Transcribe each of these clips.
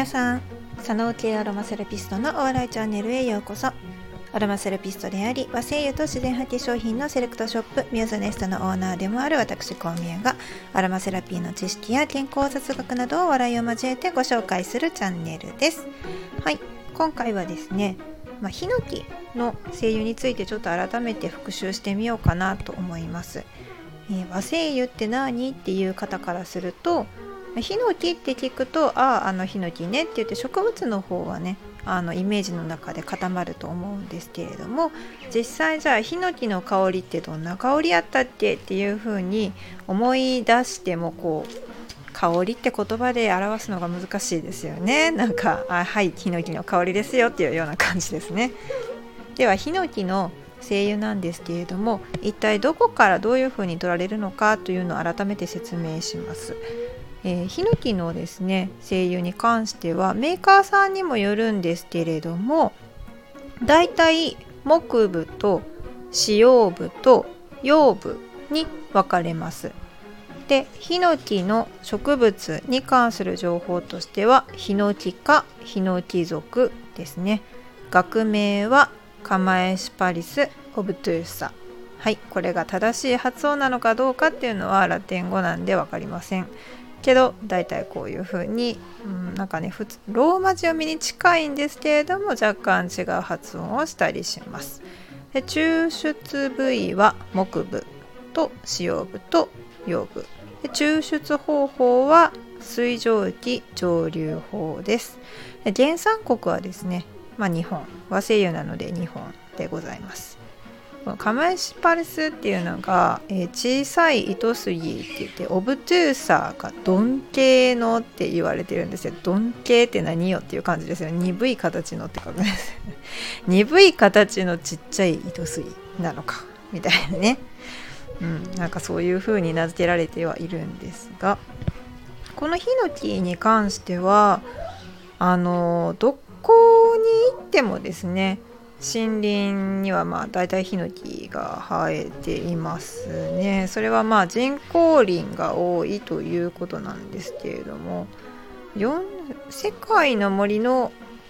皆さん、左脳系アロマセラピストのお笑いチャンネルへようこそ。アロマセラピストであり、和精油と自然派化粧品のセレクトショップミューズネストのオーナーでもある私コウミヤが、アロマセラピーの知識や健康雑学などを笑いを交えてご紹介するチャンネルです。はい、今回はですね、ヒノキの精油についてちょっと改めて復習してみようかなと思います。和精油って何っていう方からすると、ヒノキって聞くとヒノキねって言って植物の方はねイメージの中で固まると思うんですけれども、実際じゃあヒノキの香りってどんな香りやったっけっていう風に思い出しても香りって言葉で表すのが難しいですよね。はいヒノキの香りですよっていうような感じですね。ではヒノキの精油なんですけれども、一体どこからどういう風に取られるのかというのを改めて説明します。ヒノキのですね精油に関してはメーカーさんにもよるんですけれども、だいたい木部と子葉部と葉部に分かれます。で、ヒノキの植物に関する情報としてはヒノキ科ヒノキ属ですね。学名はカマエシパリスオブトゥーサ。はい、これが正しい発音なのかどうかっていうのはラテン語なんで分かりませんけど、だいたいこういう風に、普通ローマ字読みに近いんですけれども若干違う発音をしたりします。で、抽出部位は木部と子葉部と葉部で、抽出方法は水蒸気蒸留法です。で、原産国はですね、日本、和精油なので日本でございます。カマエシパルスっていうのが、小さい糸杉って言って、オブトゥーサーが鈍形のって言われてるんですよ。鈍形って何よっていう感じですよね。鈍い形のって書くんです鈍い形のちっちゃい糸杉なのかみたいなね、そういう風に名付けられてはいるんですが、このヒノキに関してはどこに行ってもですね、森林にはだいたいヒノキが生えていますね。それは人工林が多いということなんですけれども、世界の森の、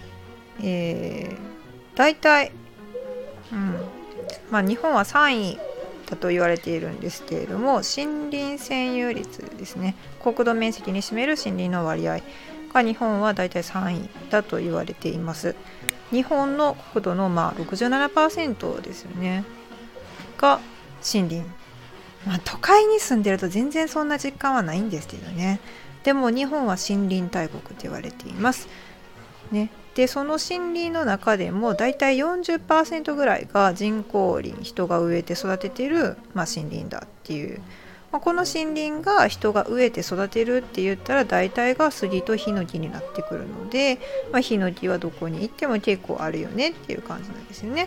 だいたい、日本は3位だと言われているんですけれども、森林占有率ですね、国土面積に占める森林の割合が日本はだいたい3位だと言われています。日本の国土の67% ですよねが森林。都会に住んでると全然そんな実感はないんですけどね。でも日本は森林大国と言われていますね。で、その森林の中でもだいたい 40% ぐらいが人工林、人が植えて育てている、森林だっていう。この森林が人が植えて育てるって言ったら大体が杉とヒノキになってくるので、ヒノキはどこに行っても結構あるよねっていう感じなんですよね。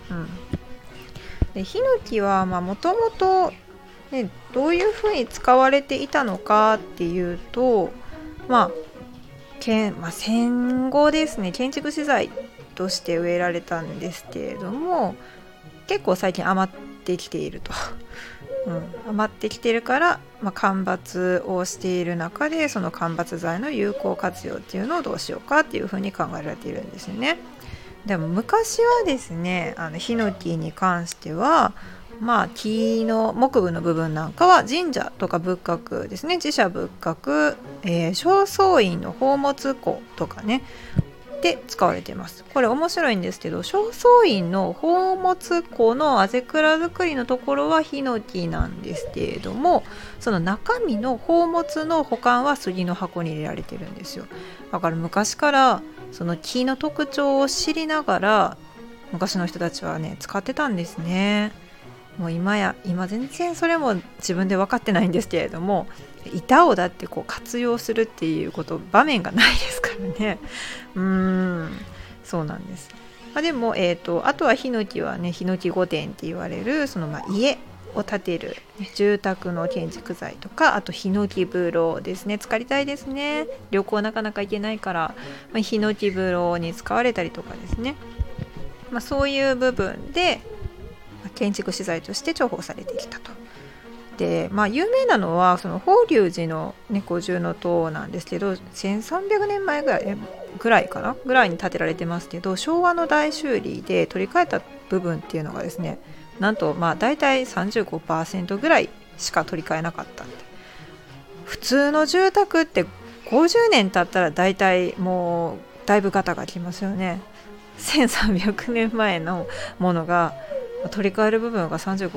で、ヒノキはもともとどういうふうに使われていたのかっていうと、戦後ですね、建築資材として植えられたんですけれども、結構最近余ってきていると余ってきてるから、間伐をしている中でその間伐材の有効活用っていうのをどうしようかっていうふうに考えられているんですよね。でも昔はですね、ヒノキに関しては木の木部の部分なんかは神社とか仏閣ですね、寺社仏閣、正倉院の宝物庫とかねで使われています。これ面白いんですけど、正倉院の宝物庫のあぜくら作りのところはヒノキなんですけれども、その中身の宝物の保管は杉の箱に入れられてるんですよ。だから昔からその木の特徴を知りながら昔の人たちはね使ってたんですね。もう今全然それも自分で分かってないんですけれども、板をだって活用するっていう場面がないですからね。そうなんです。でも、あとはヒノキはね、ヒノキ御殿って言われるその家を建てる住宅の建築材とか、あとヒノキ風呂ですね、浸かりたいですね。旅行なかなか行けないから、ヒノキ風呂に使われたりとかですね、そういう部分で建築資材として重宝されてきたと。 で、有名なのはその法隆寺の五重塔なんですけど、1300年前ぐらいに建てられてますけど、昭和の大修理で取り替えた部分っていうのがですね、なんとだいたい 35% ぐらいしか取り替えなかったって。普通の住宅って50年経ったらだいたいもうだいぶガタがきますよね。1300年前のものが取り替える部分が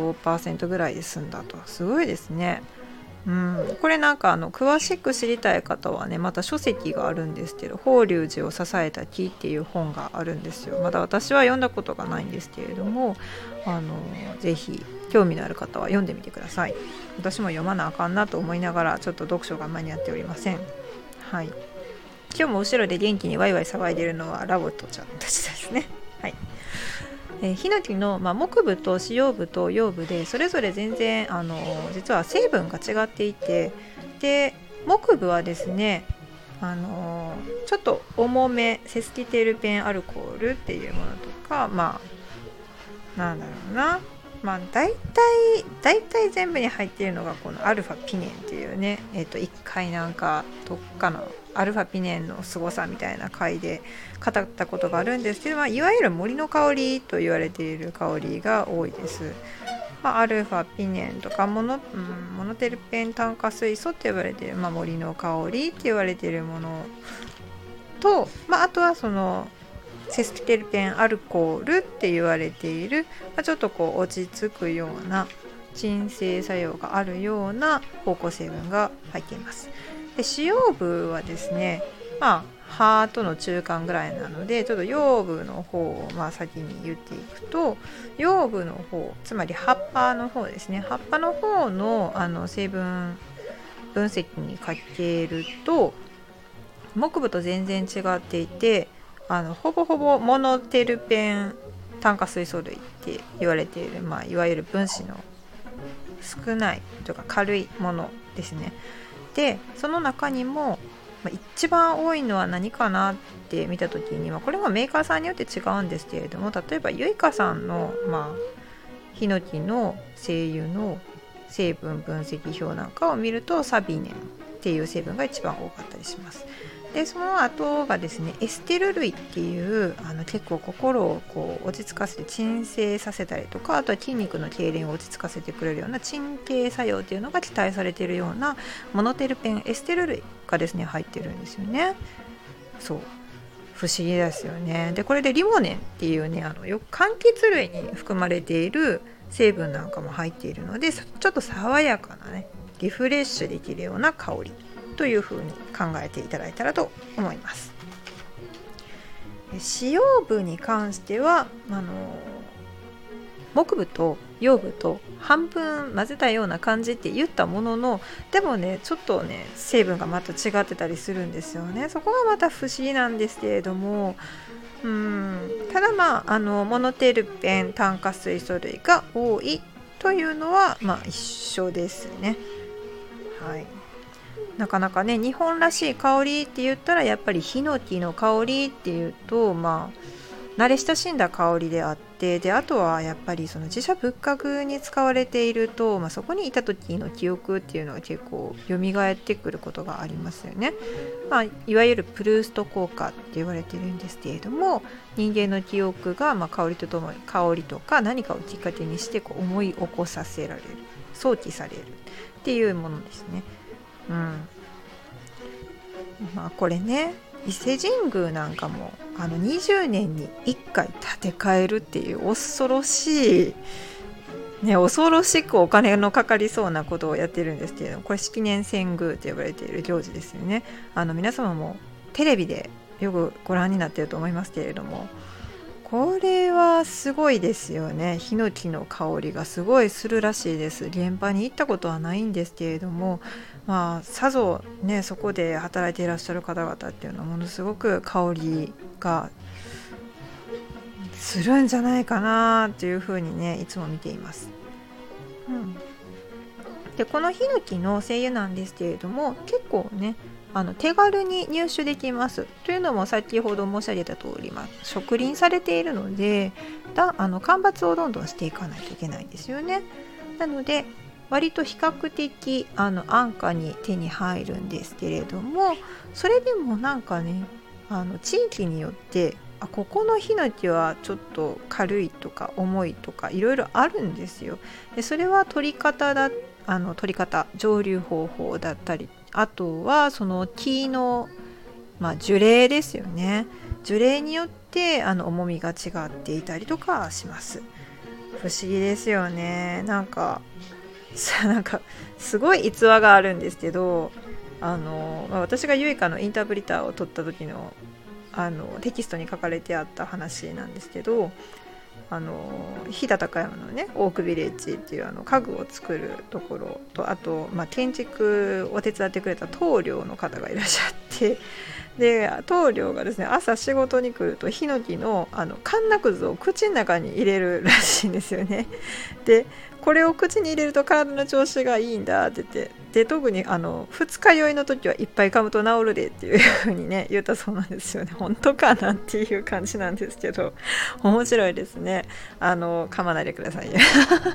35% ぐらいで済んだと。すごいですね。これ詳しく知りたい方はね、また書籍があるんですけど、法隆寺を支えた木っていう本があるんですよ。まだ私は読んだことがないんですけれども、ぜひ興味のある方は読んでみてください。私も読まなあかんなと思いながらちょっと読書が間に合っておりません。はい。今日も後ろで元気にワイワイ騒いでいるのはラボットちゃんたちですね。はい。ヒノキの、木部と子葉部と葉部でそれぞれ全然実は成分が違っていて、で木部はですねちょっと重めセスキテルペンアルコールっていうものとか、なんだろうな、大体全部に入っているのがこのアルファピネンっていうね、1回どっかのアルファピネンの凄さみたいな回で語ったことがあるんですけど、いわゆる森の香りと言われている香りが多いです。アルファピネンとかモノテルペン炭化水素って言われている、森の香りって言われているものと、あとはそのセスキテルペンアルコールって言われている、ちょっと落ち着くような鎮静作用があるような芳香成分が入っています。で子葉部はですね、葉との中間ぐらいなので、ちょっと葉部の方を先に言っていくと、葉部の方、つまり葉っぱの方ですね、葉っぱの方の成分分析にかけると木部と全然違っていて、ほぼほぼモノテルペン炭化水素類って言われている、いわゆる分子の少ないとか軽いものですね。でその中にも、一番多いのは何かなって見た時には、これはメーカーさんによって違うんですけれども、例えばユイカさんの、ヒノキの精油の成分分析表なんかを見ると、サビネンっていう成分が一番多かったりします。でその後がですね、エステル類っていう結構心を落ち着かせて鎮静させたりとか、あとは筋肉の痙攣を落ち着かせてくれるような鎮静作用っていうのが期待されているようなモノテルペンエステル類がですね入ってるんですよね。そう不思議ですよね。でこれでリモネンっていうねよく柑橘類に含まれている成分なんかも入っているので、ちょっと爽やかなねリフレッシュできるような香りというふうに考えていただいたらと思います。子葉部に関しては木部と葉部と半分混ぜたような感じって言ったものの、でもねちょっとね成分がまた違ってたりするんですよね。そこがまた不思議なんですけれども、ただモノテルペン炭化水素類が多いというのは一緒ですね。はい。なかなかね日本らしい香りって言ったらやっぱりヒノキの香りっていうと慣れ親しんだ香りであって、であとはやっぱりその自社仏閣に使われていると、そこにいた時の記憶っていうのが結構蘇ってくることがありますよね。いわゆるプルースト効果って言われているんですけれども、人間の記憶が香りとともに香りとか何かをきっかけにして思い起こさせられる、想起されるっていうものですね。これね伊勢神宮なんかも20年に1回建て替えるっていう恐ろしくお金のかかりそうなことをやってるんですけれども、これ式年遷宮と呼ばれている行事ですよね。皆様もテレビでよくご覧になっていると思いますけれども、これはすごいですよね。ヒノキの香りがすごいするらしいです。現場に行ったことはないんですけれども、さぞねそこで働いていらっしゃる方々っていうのはものすごく香りがするんじゃないかなというふうにねいつも見ています。でこのヒノキの精油なんですけれども、結構ね手軽に入手できますというのも先ほど申し上げた通り、植林されているので間伐をどんどんしていかないといけないんですよね。なので割と比較的安価に手に入るんですけれども、それでもなんかね地域によってここのヒノキはちょっと軽いとか重いとかいろいろあるんですよ。でそれは取り方蒸留方法だったり、あとはその木の、樹齢ですよね。樹齢によって重みが違っていたりとかします。不思議ですよね。なんかすごい逸話があるんですけど、私がユイカのインタープリターを取った時のテキストに書かれてあった話なんですけど、飛騨高山のねオークビレッジっていう家具を作るところと、あと、建築を手伝ってくれた棟梁の方がいらっしゃって、で棟梁がですね朝仕事に来るとヒノキのカンナくずを口の中に入れるらしいんですよね。でこれを口に入れると体の調子がいいんだって言って、で特に二日酔いの時はいっぱい噛むと治るでっていう風にね言ったそうなんですよね。本当かなっていう感じなんですけど、面白いですね。噛まないでくださいね。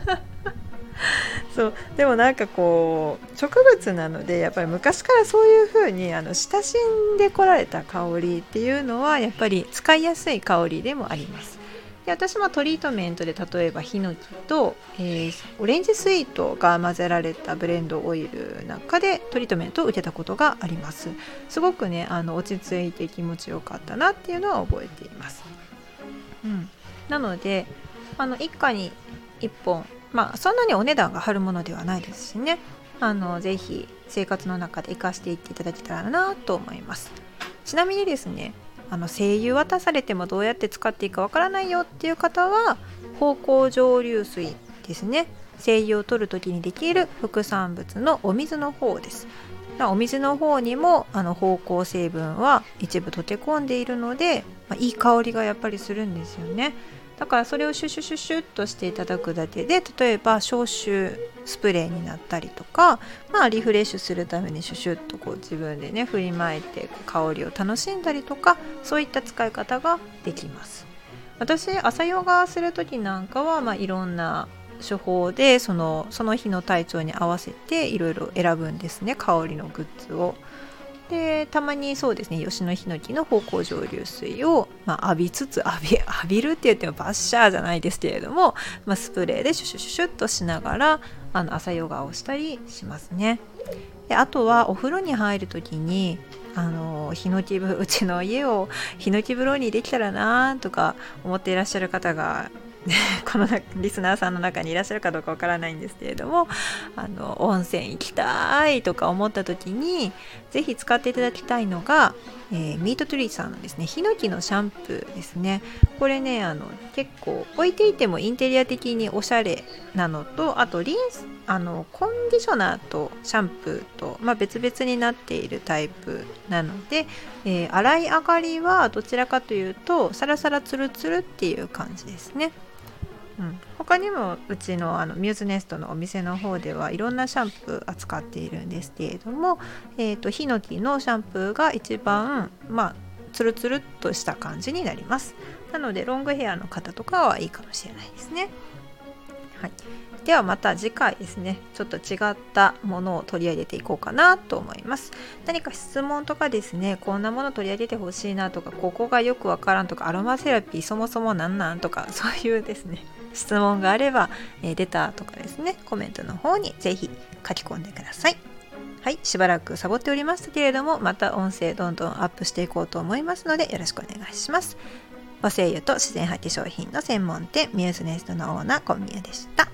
そうでもなんかこう植物なのでやっぱり昔からそういう風に親しんでこられた香りっていうのはやっぱり使いやすい香りでもあります。で私もトリートメントで例えばヒノキと、オレンジスイートが混ぜられたブレンドオイルなんかでトリートメントを受けたことがあります。すごくね落ち着いて気持ちよかったなっていうのは覚えています。なので一家に1本、そんなにお値段が張るものではないですしね、ぜひ生活の中で活かしていっていただけたらなと思います。ちなみにですね精油渡されてもどうやって使っていいかわからないよっていう方は芳香蒸留水ですね。精油を取るときにできる副産物のお水の方です。お水の方にも芳香成分は一部溶け込んでいるので、いい香りがやっぱりするんですよね。だからそれをシュシュシュシュッとしていただくだけで、例えば消臭スプレーになったりとか、リフレッシュするためにシュシュッとこう自分でね振りまいて香りを楽しんだりとか、そういった使い方ができます。私朝ヨガする時なんかはいろんな処方でその日の体調に合わせていろいろ選ぶんですね、香りのグッズを。でたまにそうですね吉野ヒノキの芳香蒸留水を、浴びつつ浴びるって言ってもバッシャーじゃないですけれども、スプレーでシュシュシュシュッとしながら朝ヨガをしたりしますね。であとはお風呂に入るときにうちの家をヒノキ風呂にできたらなとか思っていらっしゃる方がこのリスナーさんの中にいらっしゃるかどうかわからないんですけれども、温泉行きたいとか思った時にぜひ使っていただきたいのが、ミートトゥリーさんのですねヒノキのシャンプーですね。これね結構置いていてもインテリア的におしゃれなのと、あとコンディショナーとシャンプーと、別々になっているタイプなので、洗い上がりはどちらかというとサラサラツルツルっていう感じですね。他にもうちのミューズネストのお店の方ではいろんなシャンプー扱っているんですけれども、ヒノキのシャンプーが一番ツルツルっとした感じになります。なのでロングヘアの方とかはいいかもしれないですね。ではまた次回ですねちょっと違ったものを取り上げていこうかなと思います。何か質問とかですね、こんなもの取り上げてほしいなとか、ここがよくわからんとか、アロマセラピーそもそもなんとか、そういうですね質問があれば、レターとかですねコメントの方にぜひ書き込んでください。しばらくサボっておりましたけれども、また音声どんどんアップしていこうと思いますのでよろしくお願いします。和精油と自然派化粧品の専門店ミューズネストのオーナー小宮でした。